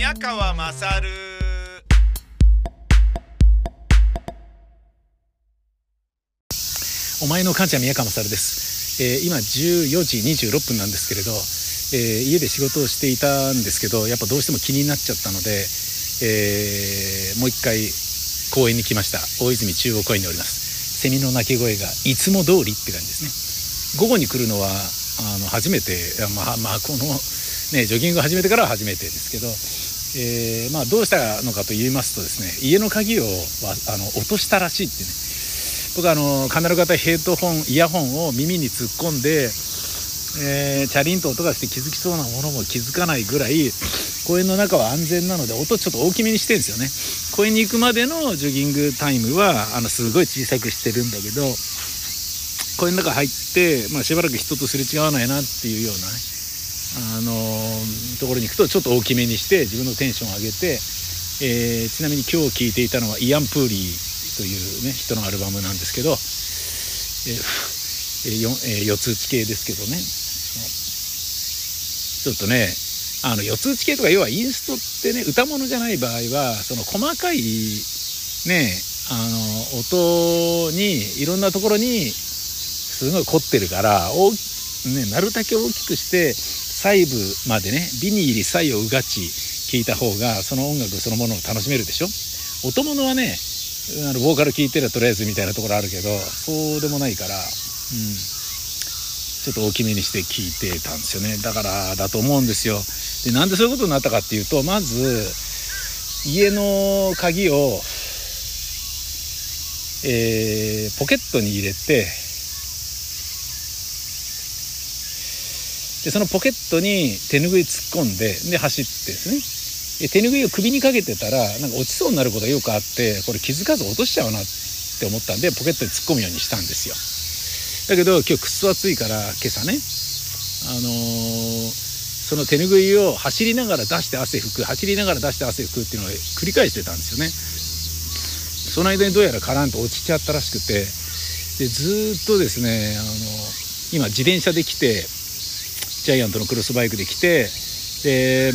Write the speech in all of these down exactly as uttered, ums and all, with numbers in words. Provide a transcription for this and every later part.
宮川勝。 お前の母ちゃん宮川勝です。えー、今じゅうよじにじゅうろっぷんなんですけれど、えー、家で仕事をしていたんですけど、やっぱどうしても気になっちゃったので、えー、もう一回公園に来ました。大泉中央公園におります。セミの鳴き声がいつも通りって感じですね。午後に来るのはあの初めて、まあまあこのねジョギング始めてからは初めてですけど、えー、まあどうしたのかと言いますとですね、家の鍵をあの落としたらしいってね。僕はあのカナル型ヘッドホンイヤホンを耳に突っ込んで、えー、チャリンと音がして気づきそうなものも気づかないぐらい公園の中は安全なので音ちょっと大きめにしてるんですよね。公園に行くまでのジョギングタイムはあのすごい小さくしてるんだけど、公園の中入って、まあ、しばらく人とすれ違わないなっていうようなね、あのー、ところに行くとちょっと大きめにして自分のテンションを上げて、えー、ちなみに今日聴いていたのはイアン・プーリーというね人のアルバムなんですけど、えーえー、よえー、四つ打ち系ですけどね、ちょっとねあの四つ打ち系とか要はインストってね歌物じゃない場合はその細かいねあの音にいろんなところにすごい凝ってるから大、ね、なるだけ大きくして細部までね美に入り細をうがち聴いた方がその音楽そのものを楽しめるでしょ。音物はねあのボーカル聴いてるとりあえずみたいなところあるけどそうでもないから、うん、ちょっと大きめにして聴いてたんですよね。だからだと思うんですよ。でなんでそういうことになったかっていうと、まず家の鍵を、えー、ポケットに入れて、でそのポケットに手ぬぐい突っ込んでで走ってですね、で手ぬぐいを首にかけてたらなんか落ちそうになることがよくあって、これ気づかず落としちゃうなって思ったんでポケットに突っ込むようにしたんですよ。だけど今日くっそ暑いから今朝ね、あのー、その手ぬぐいを走りながら出して汗拭く走りながら出して汗拭くっていうのを繰り返してたんですよね。その間にどうやらカランと落ちちゃったらしくて、でずっとですね、あのー、今自転車で来てジャイアントのクロスバイクで来て、で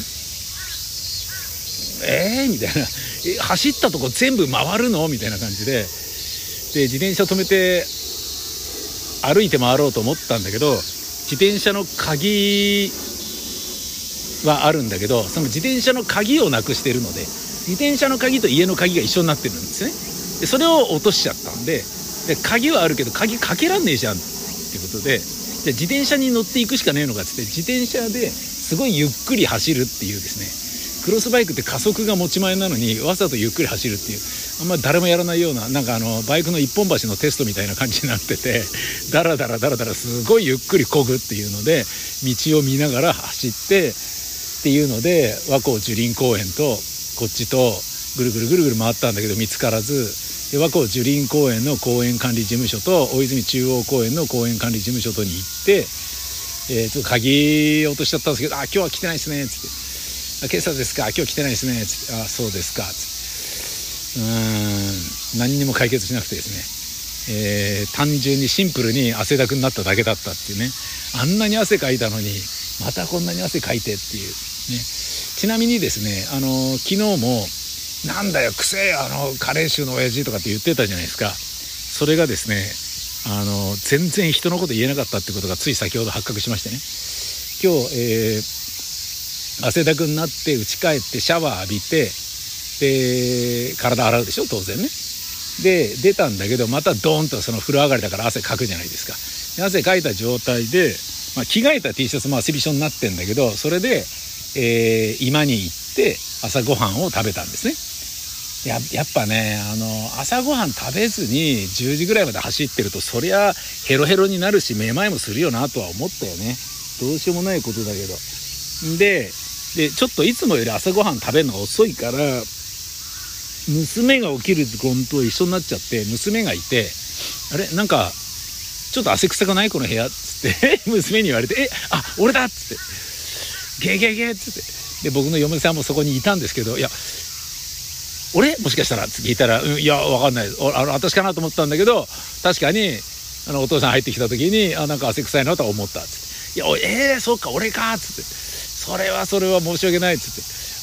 えーみたいな、え走ったとこ全部回るのみたいな感じで、で自転車止めて歩いて回ろうと思ったんだけど、自転車の鍵はあるんだけどその自転車の鍵をなくしてるので自転車の鍵と家の鍵が一緒になってるんですね。でそれを落としちゃったんで、で鍵はあるけど鍵かけらんねえじゃんってことで、で自転車に乗っていくしかねえのかっつって自転車ですごいゆっくり走るっていうですね、クロスバイクって加速が持ち前なのにわざとゆっくり走るっていう、あんまり誰もやらないような、なんかあのバイクの一本橋のテストみたいな感じになってて、ダラダラダラダラすごいゆっくり漕ぐっていうので道を見ながら走ってっていうので、和光樹林公園とこっちとぐるぐるぐるぐる回ったんだけど見つからず、で和光樹林公園の公園管理事務所と大泉中央公園の公園管理事務所とに行って、えー、ちょっと鍵落としちゃったんですけど、あ今日は来てないですねっつって、今朝ですか今日来てないですねつって、あそうですかつって、うーん何にも解決しなくてですね、えー、単純にシンプルに汗だくになっただけだったっていうね。あんなに汗かいたのにまたこんなに汗かいてっていうね。ちなみにですね、あの昨日もなんだよくせえあのカレー臭の親父とかって言ってたじゃないですか。それがですね、あの全然人のこと言えなかったってことがつい先ほど発覚しましてね。今日、えー、汗だくになって家帰ってシャワー浴びて、で体洗うでしょ当然ね。で出たんだけどまたドーンとその風呂上がりだから汗かくじゃないですか。で汗かいた状態で、まあ、着替えた T シャツも汗びしょになってんだけど、それで、えー、居間に行って朝ごはんを食べたんですね。や, やっぱねあの朝ごはん食べずにじゅうじぐらいまで走ってるとそりゃヘロヘロになるしめまいもするよなとは思ったよね。どうしようもないことだけど。ででちょっといつもより朝ごはん食べるのが遅いから娘が起きる時間と一緒になっちゃって、娘がいてあれなんかちょっと汗臭くないこの部屋っつって娘に言われて、えあ俺だっつってゲゲゲっつって、で僕の嫁さんもそこにいたんですけど、いや俺もしかしたらって聞いたら、うん、いやわかんないあの私かなと思ったんだけど、確かにあのお父さん入ってきた時にあなんか汗臭いなとは思ったっつって、いやえー、そうか俺かっつって、それはそれは申し訳ないっつって、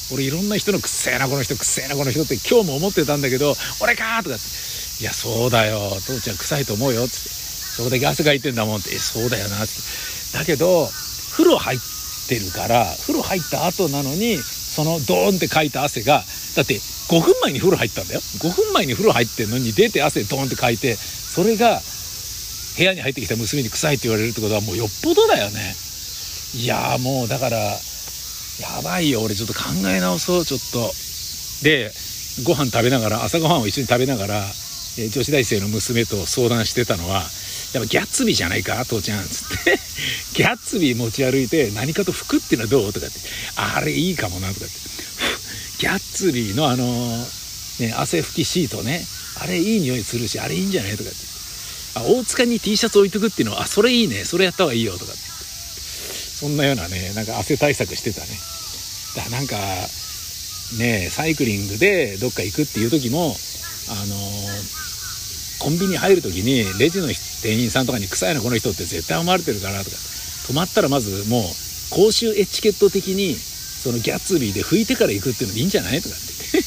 俺いろんな人のくっせえなこの人くっせえなこの人って今日も思ってたんだけど、俺かーとかって、いやそうだよ父ちゃん臭いと思うよっつって、そこだけ汗かいてんだもんって、えそうだよなって。だけど風呂入ってるから、風呂入った後なのにそのドーンってかいた汗が、だってごふんまえに風呂入ったんだよ。ごふんまえに風呂入ってんのに出て汗ドーンってかいて、それが部屋に入ってきた娘に臭いって言われるってことはもうよっぽどだよね。いやもうだからやばいよ、俺ちょっと考え直そうちょっと。でご飯食べながら、朝ごはんを一緒に食べながら、えー、女子大生の娘と相談してたのは、やっぱギャッツビーじゃないか父ちゃんつってギャッツビー持ち歩いて何かと服っていうのはどうとかって、あれいいかもなとかって、ギャッツビーのあのー、ね、汗拭きシートね、あれいい匂いするしあれいいんじゃないとかって、あ大塚に T シャツ置いとくっていうのは、あそれいいね、それやった方がいいよとかって、そんなようなね、なんか汗対策してたね。だからなんかね、サイクリングでどっか行くっていう時も、あのー、コンビニ入る時にレジの店員さんとかに臭いなこの人って絶対思われてるからとか、止まったらまずもう公衆エチケット的にそのギャッツビーで拭いてから行くっていうのでいいんじゃないとかって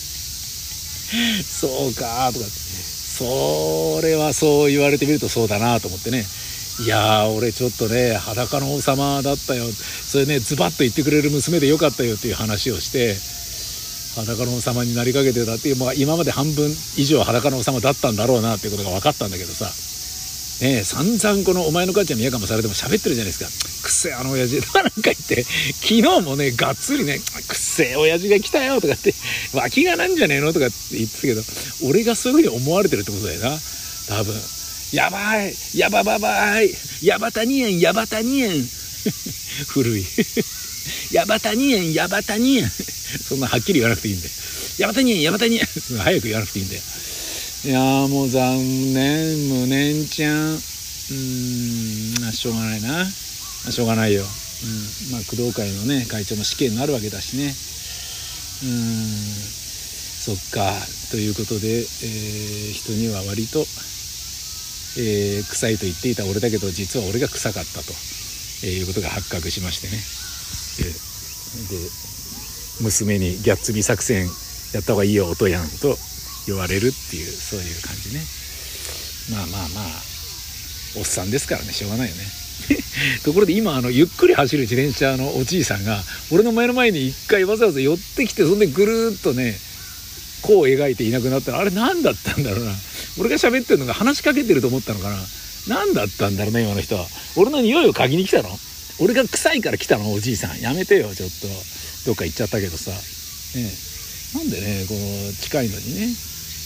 そうかとかって、それはそう言われてみるとそうだなと思ってね。いやー俺ちょっとね裸の王様だったよ、それねズバッと言ってくれる娘でよかったよっていう話をして、裸の王様になりかけてたっていう、まあ、今まで半分以上裸の王様だったんだろうなっていうことが分かったんだけどさ、ねえ散々このお前の母ちゃん宮川されても喋ってるじゃないですか。くっせえあの親父とかなんか言って、昨日もねがっつりねくっせえ親父が来たよとかって脇がなんじゃねえのとかって言ってたけど、俺がそういうふうに思われてるってことだよな多分。やばいやばばばいやばたにえんやばたにえん古いやばたにえんやばたにえんそんなはっきり言わなくていいんで、やばたにえんやばたにえん早く言わなくていいんだよ。いやーもう残念無念ちゃん、うーんしょうがないな、しょうがないよ、うん、まあ工藤会のね会長の死刑になるわけだしね。うーんそっかということで、えー、人には割とえー、臭いと言っていた俺だけど実は俺が臭かったと、えー、いうことが発覚しましてね。で, で娘にギャッツビー作戦やった方がいいよ音やんと言われるっていう、そういう感じね。まあまあまあおっさんですからね、しょうがないよねところで今あのゆっくり走る自転車のおじいさんが俺の前の前に一回わざわざ寄ってきて、そんでぐるーっとねこう描いていなくなったら、あれ何だったんだろうな。俺が喋ってるのが話しかけてると思ったのかな。何だったんだろうね今の人は。俺の匂いを嗅ぎに来たの？俺が臭いから来たの？おじいさんやめてよちょっと。どっか行っちゃったけどさ、ね、なんでねこの近いのにね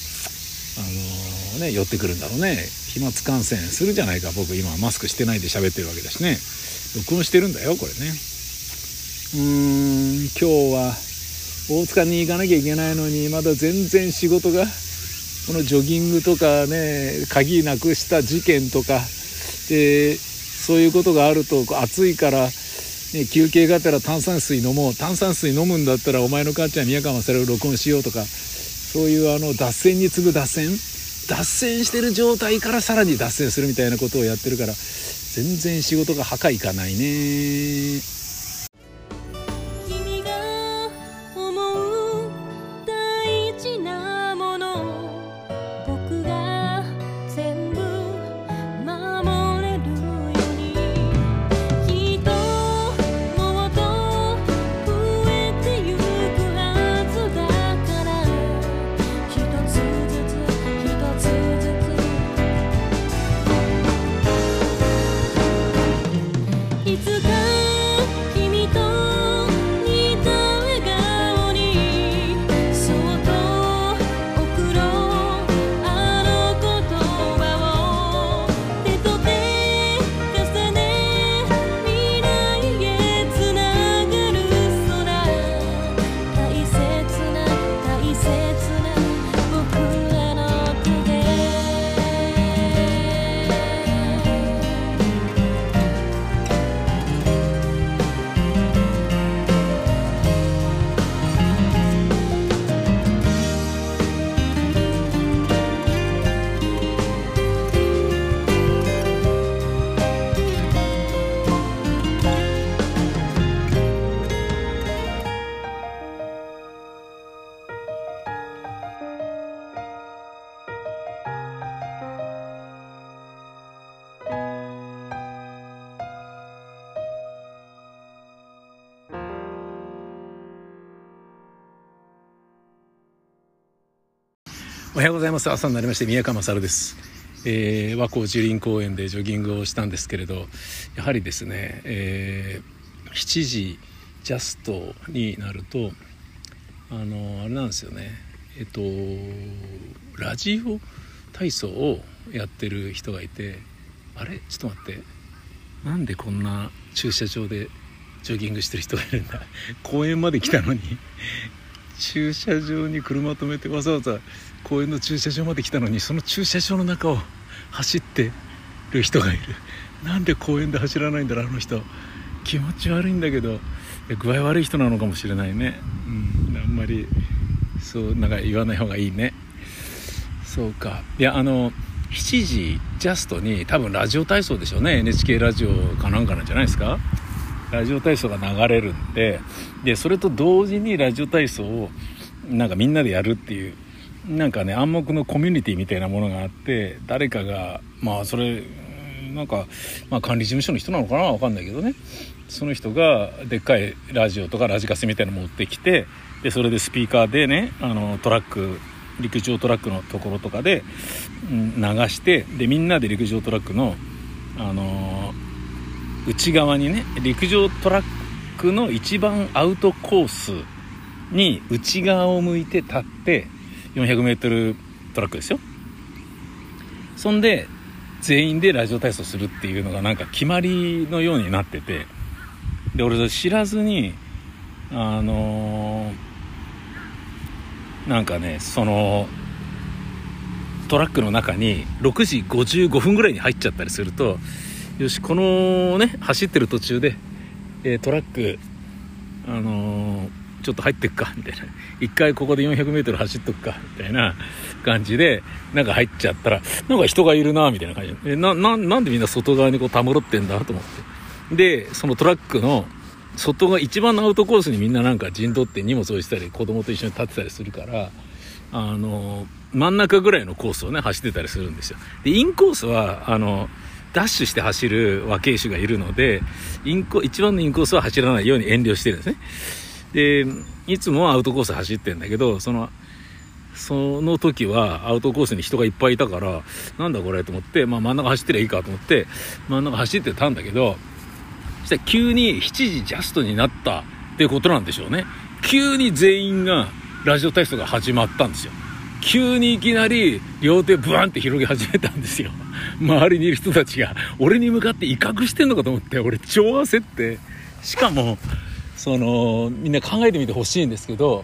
あのー、ね寄ってくるんだろうね。飛沫感染するじゃないか。僕今マスクしてないで喋ってるわけだしね。録音してるんだよこれね。うーん今日は大塚に行かなきゃいけないのにまだ全然仕事が、このジョギングとかね鍵なくした事件とかでそういうことがあると暑いから、ね、休憩があったら炭酸水飲もう、炭酸水飲むんだったらお前の母ちゃん宮川勝を録音しようとか、そういうあの脱線に次ぐ脱線脱線してる状態からさらに脱線するみたいなことをやってるから全然仕事がはかいかないね。 いつかおはようございます。朝になりまして宮川勝です。えー、和光樹林公園でジョギングをしたんですけれど、やはりですね、えー、しちじジャストになるとあのあれなんですよね、えっとラジオ体操をやってる人がいて、あれちょっと待って、なんでこんな駐車場でジョギングしてる人がいるんだ公園まで来たのに駐車場に車止めてわざわざ公園の駐車場まで来たのに、その駐車場の中を走ってる人がいる。なんで公園で走らないんだろうあの人。気持ち悪いんだけど、具合悪い人なのかもしれないね。うん、あんまりそうなんか言わない方がいいね。そうか。いや、あのしちじジャストに多分ラジオ体操でしょうね。 エヌエイチケー ラジオかなんかなんじゃないですか。ラジオ体操が流れるんで、でそれと同時にラジオ体操をなんかみんなでやるっていう、なんかね暗黙のコミュニティみたいなものがあって、誰かがまあそれなんか、まあ、管理事務所の人なのかな、わかんないけどね、その人がでっかいラジオとかラジカセみたいなの持ってきて、でそれでスピーカーでね、あのトラック陸上トラックのところとかで、うん、流して、でみんなで陸上トラックのあのー、内側にね、陸上トラックの一番アウトコースに内側を向いて立って、よんひゃくメートルトラックですよ。そんで全員でラジオ体操するっていうのがなんか決まりのようになってて、で俺知らずにあのー、なんかねそのトラックの中にろくじごじゅうごふんぐらいに入っちゃったりすると、よしこのね走ってる途中で、えー、トラックあのーちょっと入ってくかみたいな、一回ここでよんひゃくメートル走っとくかみたいな感じでなんか入っちゃったら、なんか人がいるなみたいな感じで、え な, な, なんでみんな外側にこうたむろってんだと思って、でそのトラックの外側一番のアウトコースにみんななんか陣取って荷物を置いてたり子供と一緒に立ってたりするから、あの真ん中ぐらいのコースをね走ってたりするんですよ。でインコースはあのダッシュして走る和系種がいるので、インコ一番のインコースは走らないように遠慮してるんですね。でいつもはアウトコース走ってるんだけど、そのその時はアウトコースに人がいっぱいいたから、なんだこれと思って、まあ、真ん中走ってりゃいいかと思って真ん中走ってたんだけど、そしたら急にしちじジャストになったっていうことなんでしょうね。急に全員がラジオ体操が始まったんですよ。急にいきなり両手ブワンって広げ始めたんですよ。周りにいる人たちが俺に向かって威嚇してんのかと思って、俺超焦って、しかもそのみんな考えてみてほしいんですけど、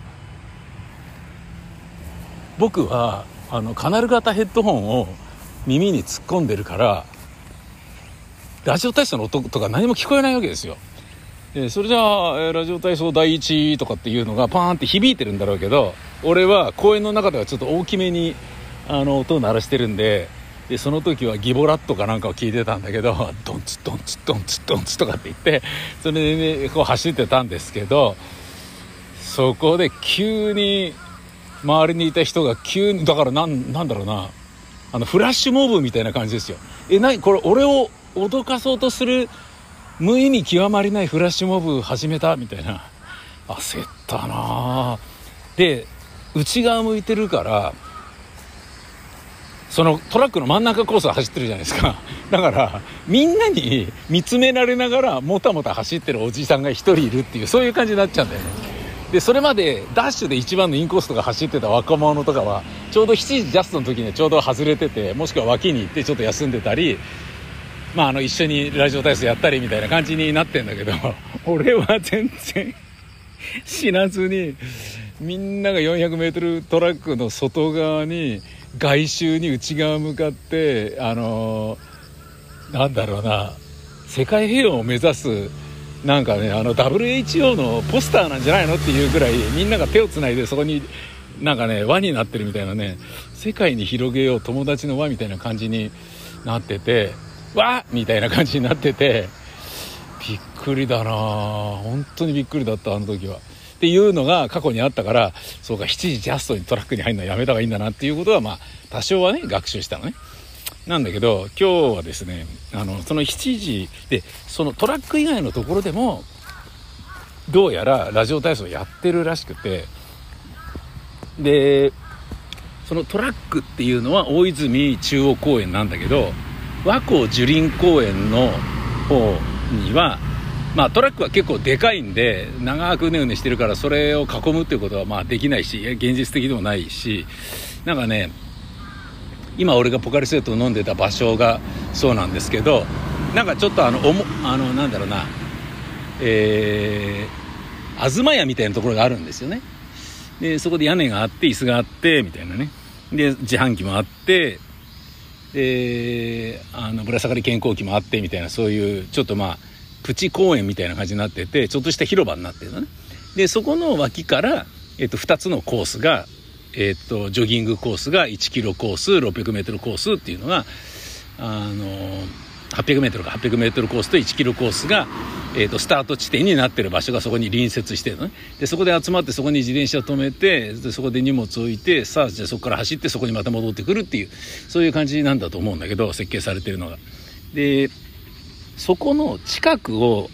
僕はあのカナル型ヘッドホンを耳に突っ込んでるからラジオ体操の音とか何も聞こえないわけですよ。でそれじゃあラジオ体操第一とかっていうのがパーンって響いてるんだろうけど、俺は公園の中ではちょっと大きめにあの音を鳴らしてるんで、でその時はギボラットかなんかを聞いてたんだけど、ドンツドンツドンツドンツとかって言ってそれで、ね、こう走ってたんですけど、そこで急に周りにいた人が急にだからなん、なんだろうな、あのフラッシュモブみたいな感じですよ。え、なにこれ俺を脅かそうとする無意味極まりないフラッシュモブ始めたみたいな。焦ったな。で内側向いてるからそのトラックの真ん中コースを走ってるじゃないですか。だからみんなに見つめられながらもたもた走ってるおじさんが一人いるっていう、そういう感じになっちゃうんだよね。でそれまでダッシュで一番のインコースとか走ってた若者とかはちょうどしちじジャストの時にはちょうど外れてて、もしくは脇に行ってちょっと休んでたり、まあ、あの一緒にラジオ体操やったりみたいな感じになってんだけど、俺は全然知らずにみんながよんひゃくメートルトラックの外側に外周に内側向かってあのー、なんだろうな、世界平和を目指すなんかね、あの ダブリューエイチオー のポスターなんじゃないのっていうぐらいみんなが手をつないでそこになんかね輪になってるみたいなね、世界に広げよう友達の輪みたいな感じになってて、わーみたいな感じになってて、びっくりだな、本当にびっくりだった、あの時はっていうのが過去にあったから、そうかしちじジャストにトラックに入るのはやめた方がいいんだなっていうことはまあ多少はね学習したのね。なんだけど今日はですね、あのそのしちじでそのトラック以外のところでもどうやらラジオ体操やってるらしくて、でそのトラックっていうのは大泉中央公園なんだけど、和光樹林公園の方にはまあトラックは結構でかいんで長くうねうねしてるから、それを囲むっていうことはまあできないし、現実的でもないし、なんかね、今俺がポカリスエットを飲んでた場所がそうなんですけど、なんかちょっとあのおもあのなんだろうな、えー、東屋みたいなところがあるんですよね。でそこで屋根があって椅子があってみたいなね、で自販機もあって、であのぶら下がり健康器もあってみたいな、そういうちょっとまあプチ公園みたいな感じになってて、ちょっとした広場になってるのね。でそこの脇から、えっと、ふたつのコースが、えっと、ジョギングコースがいちキロコース、ろっぴゃくメートルコースっていうのが、あのはっぴゃくメートルかはっぴゃくメートルコースといちキロコースが、えっと、スタート地点になってる場所がそこに隣接してるのね。でそこで集まって、そこに自転車を止めて、でそこで荷物を置いて、さあじゃあそこから走ってそこにまた戻ってくるっていう、そういう感じなんだと思うんだけど、設計されてるのが。でそこの近くを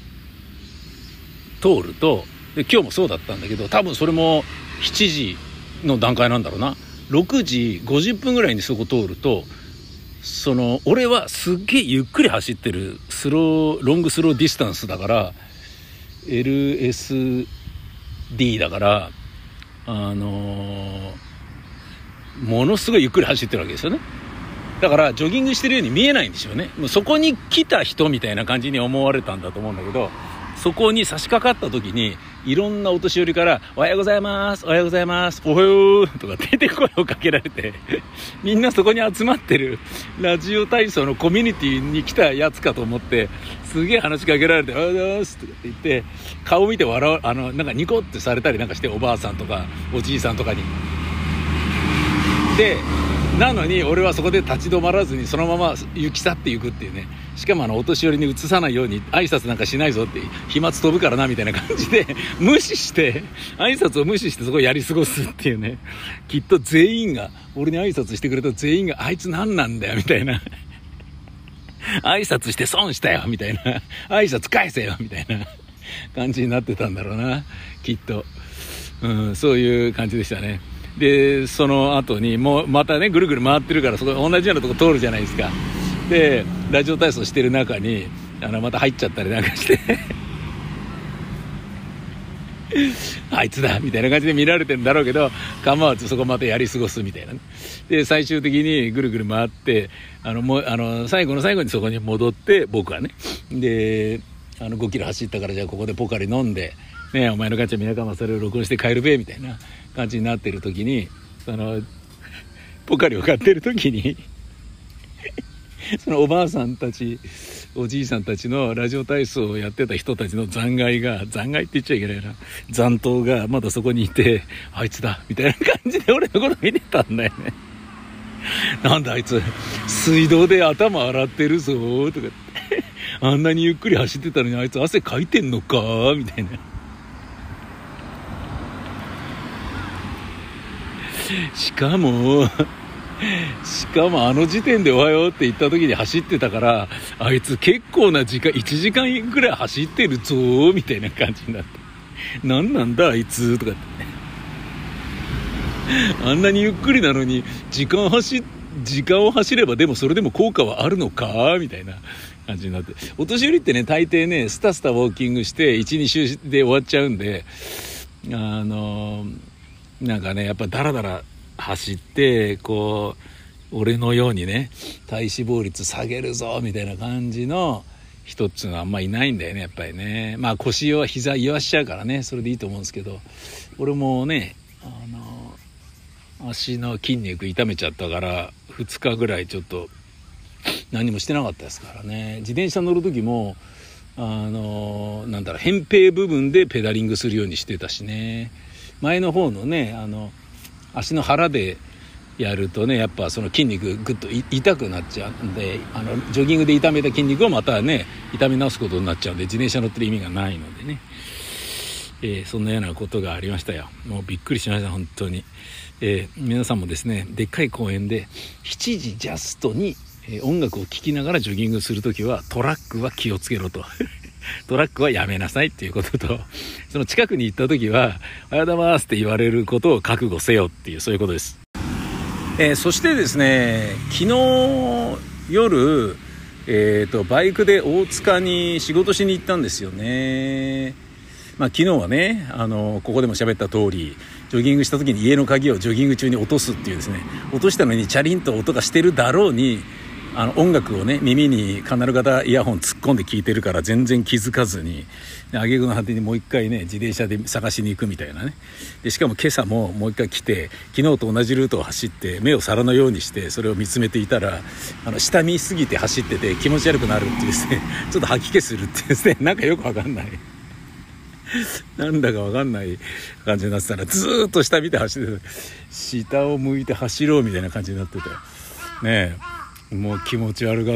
通ると、で今日もそうだったんだけど、多分それもしちじの段階なんだろうな、ろくじごじゅっぷんぐらいにそこ通ると、その俺はすっげえゆっくり走ってるスローロングスローディスタンスだから エルエスディー だから、あのー、ものすごいゆっくり走ってるわけですよね。だからジョギングしてるように見えないんでしょうね。もうそこに来た人みたいな感じに思われたんだと思うんだけど、そこに差し掛かった時にいろんなお年寄りからおはようございます、おはようございます、おはようとかって声をかけられて、みんなそこに集まってるラジオ体操のコミュニティに来たやつかと思って、すげえ話しかけられておはようございますとかって言って顔見て笑う、あのなんかニコってされたりなんかして、おばあさんとかおじいさんとかに。でなのに俺はそこで立ち止まらずにそのまま行き去っていくっていうね。しかもあのお年寄りに移さないように挨拶なんかしないぞって、飛沫飛ぶからなみたいな感じで無視して、挨拶を無視してそこをやり過ごすっていうね。きっと全員が、俺に挨拶してくれた全員があいつ何なんだよみたいな、挨拶して損したよみたいな、挨拶返せよみたいな感じになってたんだろうな、きっと。うん、そういう感じでしたね。でその後にもうまたねぐるぐる回ってるから、そこ同じようなとこ通るじゃないですか。でラジオ体操してる中にあのまた入っちゃったりなんかしてあいつだみたいな感じで見られてるんだろうけど、構わずそこまたやり過ごすみたいな、ね、で最終的にぐるぐる回ってあのもうあの最後の最後にそこに戻って、僕はねであのごキロ走ったから、じゃあここでポカリ飲んでね、お前の母ちゃん皆かまそれを録音して帰るべみたいな感じになってる時に、そのポカリを買ってる時にそのおばあさんたちおじいさんたちのラジオ体操をやってた人たちの残骸が、残骸って言っちゃいけないな、残党がまだそこにいて、あいつだみたいな感じで俺のこと見てたんだよね。なんだあいつ水道で頭洗ってるぞとかってあんなにゆっくり走ってたのにあいつ汗かいてんのかみたいな。しかもしかもあの時点でおはようって言った時に走ってたから、あいつ結構な時間いちじかんぐらい走ってるぞみたいな感じになって、なんなんだあいつとかってあんなにゆっくりなのに時間走時間を走ればでもそれでも効果はあるのかみたいな感じになって、お年寄りってね大抵ねスタスタウォーキングして いちに週で終わっちゃうんで、あのなんかねやっぱダラダラ走ってこう俺のようにね体脂肪率下げるぞみたいな感じの人っていうのはあんまいないんだよね、やっぱりね。まあ腰は膝言わしちゃうからね、それでいいと思うんですけど、俺もねあの足の筋肉痛めちゃったからふつかぐらいちょっと何もしてなかったですからね。自転車乗る時もあのなんだろう扁平部分でペダリングするようにしてたしね。前の方のねあの足の腹でやるとねやっぱその筋肉ぐっと痛くなっちゃうんで、あのジョギングで痛めた筋肉をまたね痛め直すことになっちゃうんで、自転車乗ってる意味がないのでね、えー、そんなようなことがありましたよ。もうびっくりしました本当に。えー、皆さんもですねでっかい公園でしちじジャストに、えー、音楽を聴きながらジョギングするときはトラックは気をつけろとトラックはやめなさいっていうことと、その近くに行った時はおはようございますって言われることを覚悟せよっていう、そういうことです。 えー、そしてですね、昨日夜、えーと、バイクで大塚に仕事しに行ったんですよね。まあ、昨日はね、あのここでも喋った通り、ジョギングした時に家の鍵をジョギング中に落とすっていうですね、落としたのにチャリンと音がしてるだろうに、あの音楽をね耳にカナル型イヤホン突っ込んで聞いてるから全然気づかずに、挙句の果てにもう一回ね自転車で探しに行くみたいなね。でしかも今朝ももう一回来て、昨日と同じルートを走って目を皿のようにしてそれを見つめていたら、あの下見すぎて走ってて気持ち悪くなるっていうですね、ちょっと吐き気するっていうですね、なんかよくわかんないなんだかわかんない感じになってたら、ずーっと下見て走ってて、下を向いて走ろうみたいな感じになっててねえ、もう気持ち悪かった。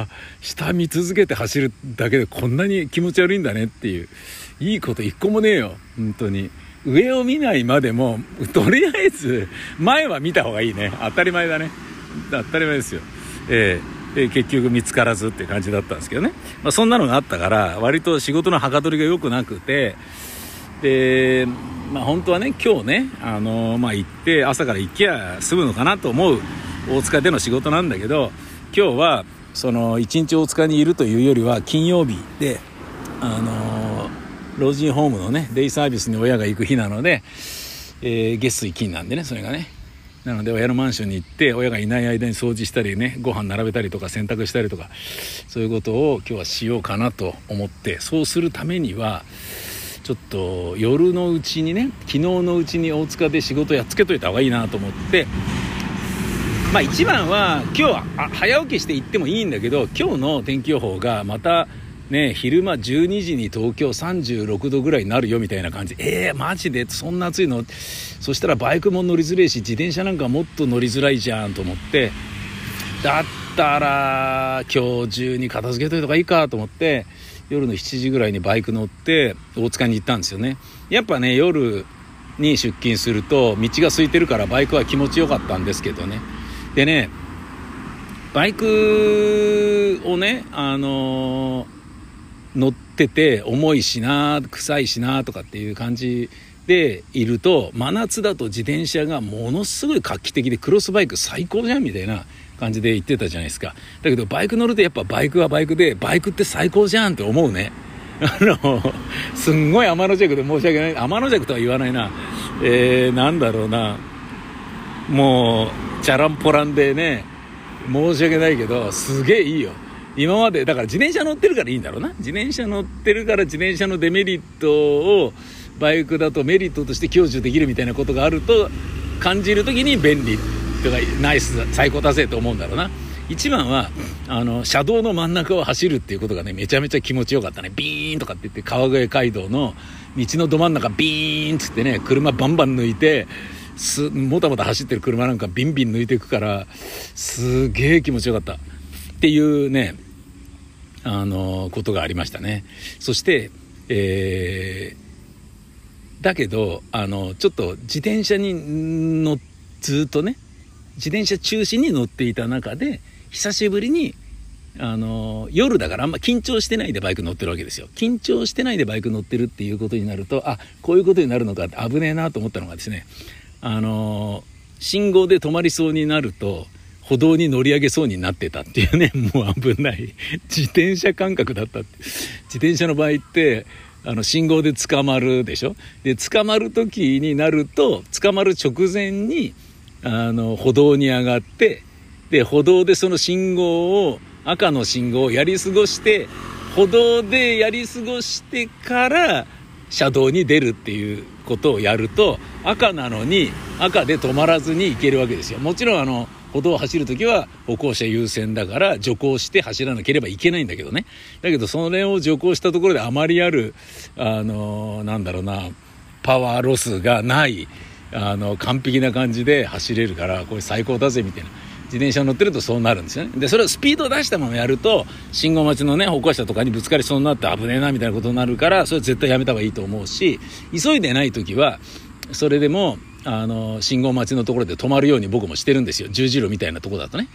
下見続けて走るだけでこんなに気持ち悪いんだねっていう、いいこと一個もねえよ本当に。上を見ないまでもとりあえず前は見た方がいいね。当たり前だね、当たり前ですよ。えー、で結局見つからずって感じだったんですけどね、まあ、そんなのがあったから割と仕事のはかどりが良くなくて、でまあ本当はね今日ね、あのー、まあ行って朝から行きゃ済むのかなと思う大塚での仕事なんだけど、今日はその一日大塚にいるというよりは金曜日で、あのー、老人ホームのねデイサービスに親が行く日なので、えー、月水金なんでね、それがね、なので親のマンションに行って親がいない間に掃除したりね、ご飯並べたりとか洗濯したりとか、そういうことを今日はしようかなと思って、そうするためにはちょっと夜のうちにね、昨日のうちに大塚で仕事やっつけといた方がいいなと思って、まあ一番は今日は早起きして行ってもいいんだけど、今日の天気予報がまたね、昼間じゅうにじに東京さんじゅうろくどぐらいになるよみたいな感じ。えーマジでそんな暑いの？そしたらバイクも乗りづらいし自転車なんかもっと乗りづらいじゃんと思って、だったら今日中に片付けといた方がいいかと思って、夜のしちじぐらいにバイク乗って大塚に行ったんですよね。やっぱね夜に出勤すると道が空いてるからバイクは気持ちよかったんですけどね。でね、バイクをね、あのー、乗ってて重いしな、臭いしなとかっていう感じでいると、真夏だと自転車がものすごい画期的でクロスバイク最高じゃんみたいな感じで言ってたじゃないですか。だけどバイク乗るとやっぱバイクはバイクで、バイクって最高じゃんって思うね。あのすんごい天の弱で申し訳ない、天の弱とは言わないな、えー、なんだろうな、もうチャランポランでね、申し訳ないけどすげえいいよ今まで。だから自転車乗ってるからいいんだろうな。自転車乗ってるから自転車のデメリットをバイクだとメリットとして享受できるみたいなことがあると感じるときに便利とかナイス最高だぜと思うんだろうな。一番はあの車道の真ん中を走るっていうことがね、めちゃめちゃ気持ちよかったね。ビーンとかって言って川越街道の道のど真ん中ビーンって言ってね、車バンバン抜いて、すもたもた走ってる車なんかビンビン抜いていくから、すげえ気持ちよかったっていうね、あのことがありましたね。そして、えー、だけどあのちょっと自転車に乗ずっとね自転車中心に乗っていた中で、久しぶりにあの夜だからあんま緊張してないでバイク乗ってるわけですよ。緊張してないでバイク乗ってるっていうことになると、あ、こういうことになるのかって危ねえなと思ったのがですね、あの信号で止まりそうになると歩道に乗り上げそうになってたっていうね、もう危ない自転車感覚だったって。自転車の場合ってあの信号で捕まるでしょ。で捕まる時になると、捕まる直前にあの歩道に上がって、で歩道でその信号を赤の信号をやり過ごして、歩道でやり過ごしてから車道に出るっていうことをやると、赤なのに赤で止まらずに行けるわけですよ。もちろんあの歩道を走るときは歩行者優先だから徐行して走らなければいけないんだけどね。だけどそれを徐行したところであまりあるあのなんだろうなパワーロスがないあの完璧な感じで走れるから、これ最高だぜみたいな。自転車乗ってるとそうなるんですよね。でそれをスピードを出したままやると、信号待ちのね歩行者とかにぶつかりそうになって危ねえなみたいなことになるから、それ絶対やめた方がいいと思うし、急いでない時はそれでもあの信号待ちのところで止まるように僕もしてるんですよ。十字路みたいなところだとね。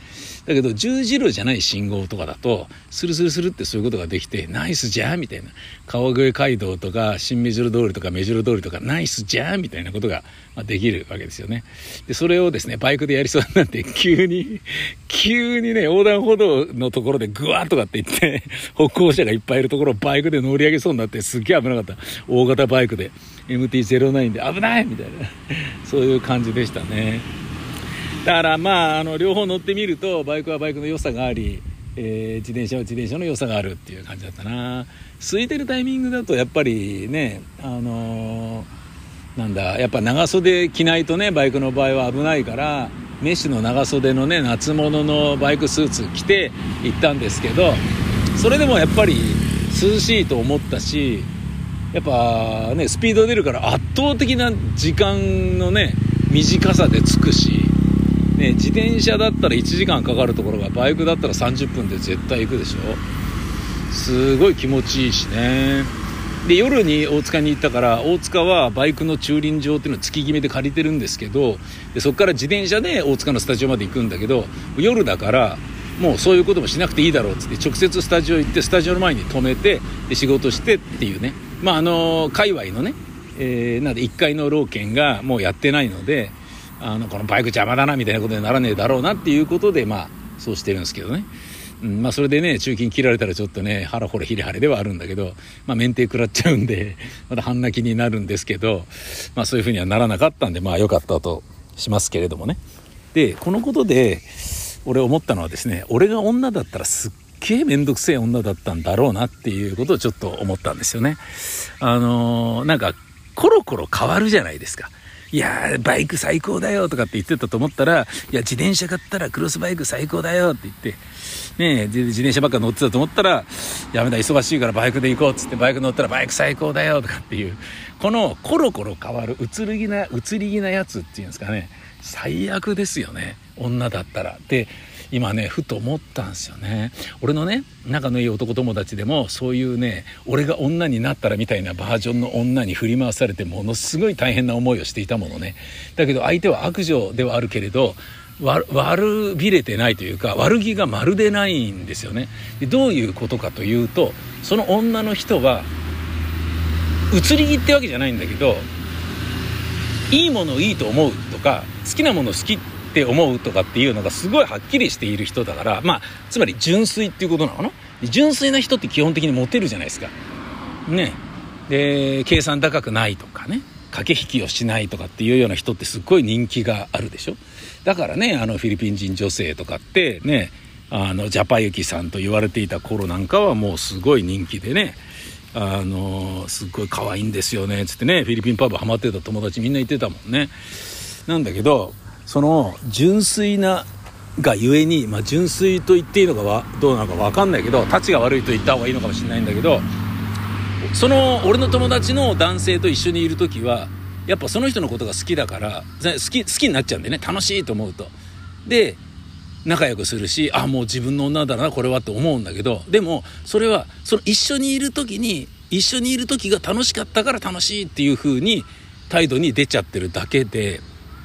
だけど十字路じゃない信号とかだとスルスルスルってそういうことができて、ナイスじゃんみたいな、川越街道とか新目白通りとか目白通りとかナイスじゃんみたいなことができるわけですよね。でそれをですねバイクでやりそうになって急に急にね横断歩道のところでグワーとかって言って歩行者がいっぱいいるところをバイクで乗り上げそうになって、すっげえ危なかった。大型バイクで エムティーゼロナイン で危ないみたいなそういう感じでしたね。だからまあ、あの両方乗ってみるとバイクはバイクの良さがあり、えー、自転車は自転車の良さがあるっていう感じだったな。空いてるタイミングだとやっぱりね、あのー、なんだやっぱ長袖着ないとね、バイクの場合は危ないからメッシュの長袖のね夏物のバイクスーツ着て行ったんですけど、それでもやっぱり涼しいと思ったし、やっぱねスピード出るから圧倒的な時間のね短さで着くしね、自転車だったらいちじかんかかるところがバイクだったらさんじゅっぷんで絶対行くでしょ。すごい気持ちいいしね。で夜に大塚に行ったから、大塚はバイクの駐輪場っていうのを月決めで借りてるんですけど、でそこから自転車で大塚のスタジオまで行くんだけど、夜だからもうそういうこともしなくていいだろうっつって直接スタジオ行って、スタジオの前に止めてで仕事してっていうね、まああの界隈のね、えー、なんでいっかいの老犬がもうやってないので、あのこのバイク邪魔だなみたいなことにならねえだろうなっていうことで、まあそうしてるんですけどね、うん、まあそれでね中金切られたらちょっとね腹ほれひれはれではあるんだけど、まあ免停食らっちゃうんでまた半泣きになるんですけど、まあそういうふうにはならなかったんで、まあ良かったとしますけれどもね。でこのことで俺思ったのはですね、俺が女だったらすっげえめんどくせえ女だったんだろうなっていうことをちょっと思ったんですよね。あのー、なんかコロコロ変わるじゃないですか。いやバイク最高だよとかって言ってたと思ったら、いや自転車買ったらクロスバイク最高だよって言ってね、自転車ばっか乗ってたと思ったら、やめだ忙しいからバイクで行こうっつってバイク乗ったらバイク最高だよとかっていう、このコロコロ変わる移り気な移り気なやつっていうんですかね、最悪ですよね女だったら。で今ねふと思ったんですよね。俺のね仲のいい男友達でもそういうね、俺が女になったらみたいなバージョンの女に振り回されてものすごい大変な思いをしていたものね。だけど相手は悪女ではあるけれど悪びれてないというか、悪気がまるでないんですよね。でどういうことかというと、その女の人は移り気ってわけじゃないんだけど、いいものをいいと思うとか好きなもの好きって思うとかっていうのがすごいはっきりしている人だから、まあつまり純粋っていうことなのかな。純粋な人って基本的にモテるじゃないですかね。で計算高くないとかね、駆け引きをしないとかっていうような人ってすっごい人気があるでしょ。だからね、あのフィリピン人女性とかってね、あのジャパユキさんと言われていた頃なんかはもうすごい人気でね、あのすっごい可愛いんですよねつってね、フィリピンパブハマってた友達みんな言ってたもんね。なんだけどその純粋ながゆえに、まあ、純粋と言っていいのかはどうなのか分かんないけど、タチが悪いと言った方がいいのかもしれないんだけど、その俺の友達の男性と一緒にいる時はやっぱその人のことが好きだから好き、好きになっちゃうんでね、楽しいと思うと。で仲良くするし、あもう自分の女だなこれはって思うんだけど、でもそれはその一緒にいる時に一緒にいる時が楽しかったから楽しいっていう風に態度に出ちゃってるだけで、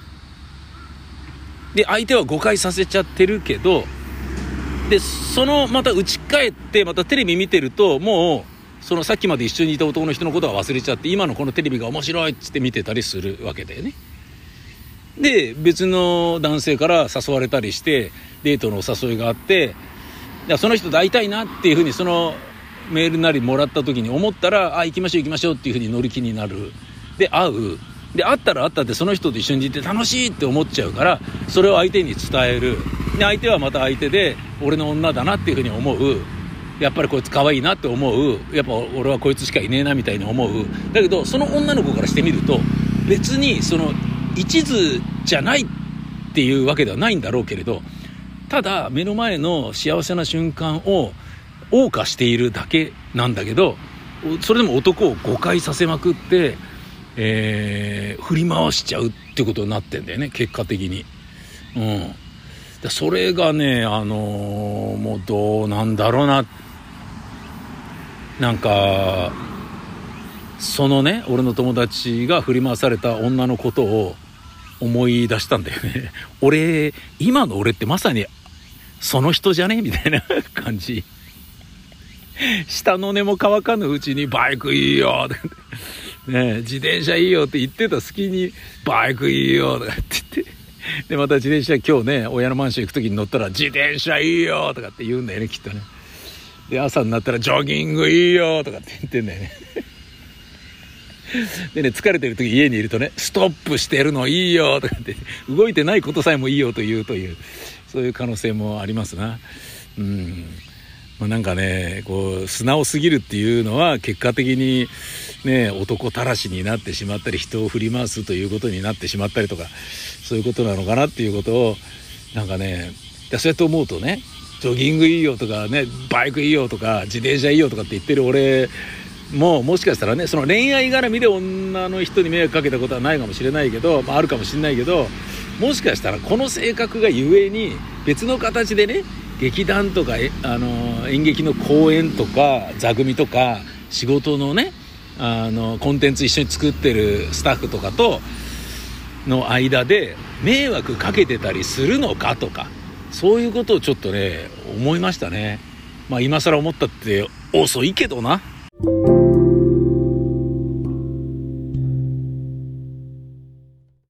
で相手は誤解させちゃってるけど、でそのまた打ち返ってまたテレビ見てると、もうそのさっきまで一緒にいた男の人のことは忘れちゃって、今のこのテレビが面白いっつって見てたりするわけだよね。で別の男性から誘われたりしてデートのお誘いがあって、その人と会いたいなっていうふうにそのメールなりもらった時に思ったら、あ行きましょう行きましょうっていうふうに乗り気になる。で会う。で会ったら会ったってその人と一緒にいて楽しいって思っちゃうから、それを相手に伝える。で相手はまた相手で俺の女だなっていうふうに思う。やっぱりこいつ可愛いなって思う。やっぱ俺はこいつしかいねえなみたいに思う。だけどその女の子からしてみると別にその一途じゃないっていうわけではないんだろうけれど、ただ目の前の幸せな瞬間を謳歌しているだけなんだけど、それでも男を誤解させまくって、えー、振り回しちゃうってことになってんだよね結果的に。うんでそれがね、あのー、もうどうなんだろうな、なんかそのね俺の友達が振り回された女のことを思い出したんだよね。俺今の俺ってまさにその人じゃねみたいな感じ。下の根も乾かぬうちにバイクいいよとかね、自転車いいよって言ってた隙にバイクいいよとかって言って、でまた自転車今日ね親のマンション行く時に乗ったら自転車いいよとかって言うんだよねきっとね。で朝になったらジョギングいいよとかって言ってんだよね。でね疲れてる時家にいるとねストップしてるのいいよとかって動いてないことさえもいいよというというそういう可能性もありますな。うん、まあ、なんかねこう素直すぎるっていうのは結果的にね男たらしになってしまったり人を振り回すということになってしまったりとかそういうことなのかなっていうことをなんかねそうやって思うとねジョギングいいよとかねバイクいいよとか自転車いいよとかって言ってる俺もうもしかしたらねその恋愛絡みで女の人に迷惑かけたことはないかもしれないけど、まあ、あるかもしれないけどもしかしたらこの性格がゆえに別の形でね劇団とかあの演劇の公演とか座組とか仕事のねあのコンテンツ一緒に作ってるスタッフとかとの間で迷惑かけてたりするのかとかそういうことをちょっとね思いましたね。まあ今更思ったって遅いけどな。